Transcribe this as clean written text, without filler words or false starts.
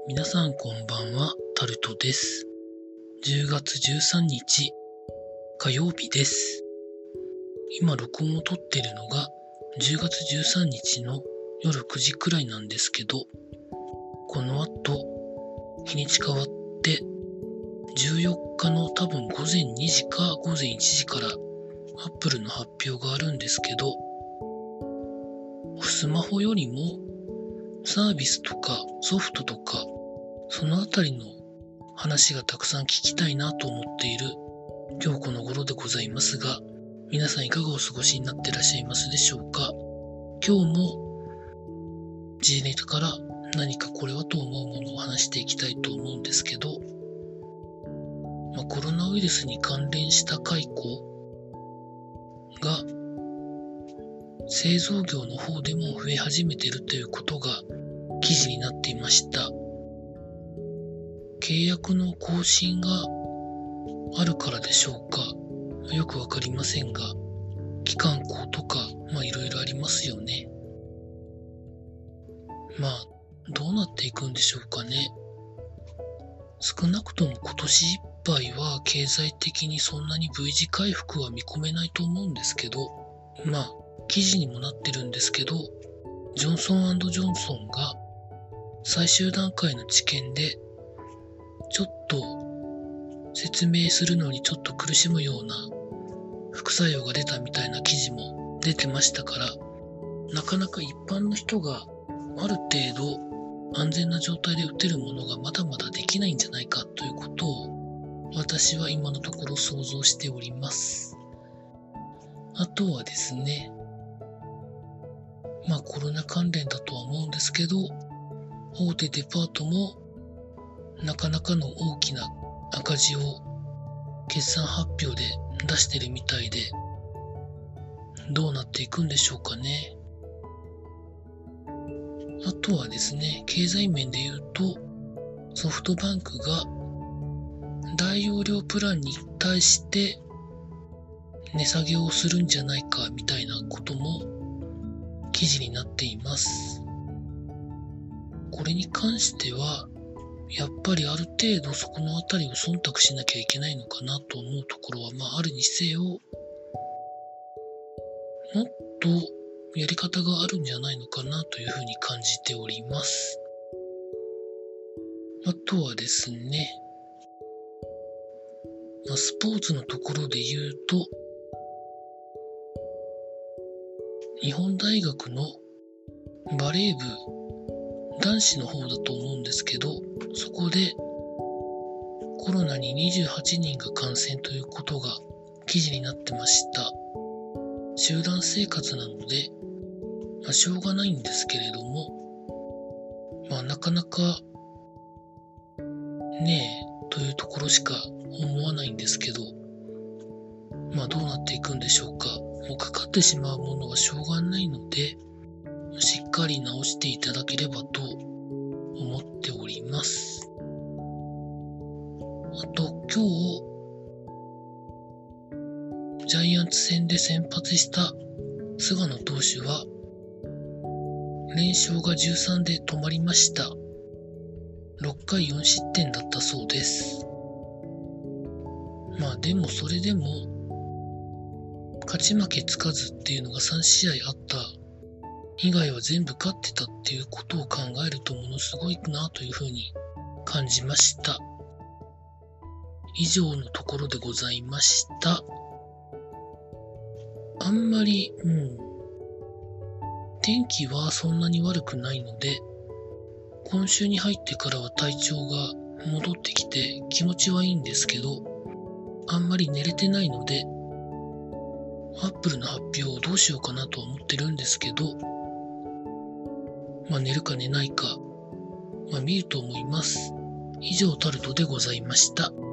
皆さんこんばんは、タルトです。10月13日火曜日です。今録音を撮っているのが10月13日の夜9時くらいなんですけど、この後日にち変わって14日の多分午前2時か午前1時からAppleの発表があるんですけど、スマホよりもサービスとかソフトとかそのあたりの話がたくさん聞きたいなと思っている今日この頃でございますが、皆さんいかがお過ごしになっていらっしゃいますでしょうか。今日も時事ネタから何かこれはと思うものを話していきたいと思うんですけど、コロナウイルスに関連した解雇が製造業の方でも増え始めているということが記事になっていました。契約の更新があるからでしょうか。よくわかりませんが、期間工とかいろいろありますよね。どうなっていくんでしょうかね。少なくとも今年いっぱいは経済的にそんなに V 字回復は見込めないと思うんですけど、記事にもなってるんですけど、ジョンソン&ジョンソンが最終段階の治験でちょっと説明するのにちょっと苦しむような副作用が出たみたいな記事も出てましたから、なかなか一般の人がある程度安全な状態で打てるものがまだまだできないんじゃないかということを私は今のところ想像しております。あとはですね、コロナ関連だとは思うんですけど、大手デパートもなかなかの大きな赤字を決算発表で出してるみたいで、どうなっていくんでしょうかね。あとはですね、経済面で言うと、ソフトバンクが大容量プランに対して値下げをするんじゃないかみたいなことも記事になっています。これに関してはやっぱりある程度そこのあたりを忖度しなきゃいけないのかなと思うところはあるにせよ、もっとやり方があるんじゃないのかなというふうに感じております。あとはですね、スポーツのところで言うと、日本大学のバレー部男子の方だと思うんですけど、そこでコロナに28人が感染ということが記事になってました。集団生活なので、しょうがないんですけれども、なかなかねえというところしか思わないんですけど、どうなっていくんでしょうか。もうかかってしまうものはしょうがないので、しっかり治していただければと思っております。あと今日ジャイアンツ戦で先発した菅野投手は連勝が13で止まりました。6回4失点だったそうです。でもそれでも勝ち負けつかずっていうのが3試合あった以外は全部勝ってたっていうことを考えるとものすごいなというふうに感じました。以上のところでございました。あんまり、天気はそんなに悪くないので、今週に入ってからは体調が戻ってきて気持ちはいいんですけど、あんまり寝れてないので、Apple の発表をどうしようかなとは思ってるんですけど、寝るか寝ないか、見ると思います。以上タルトでございました。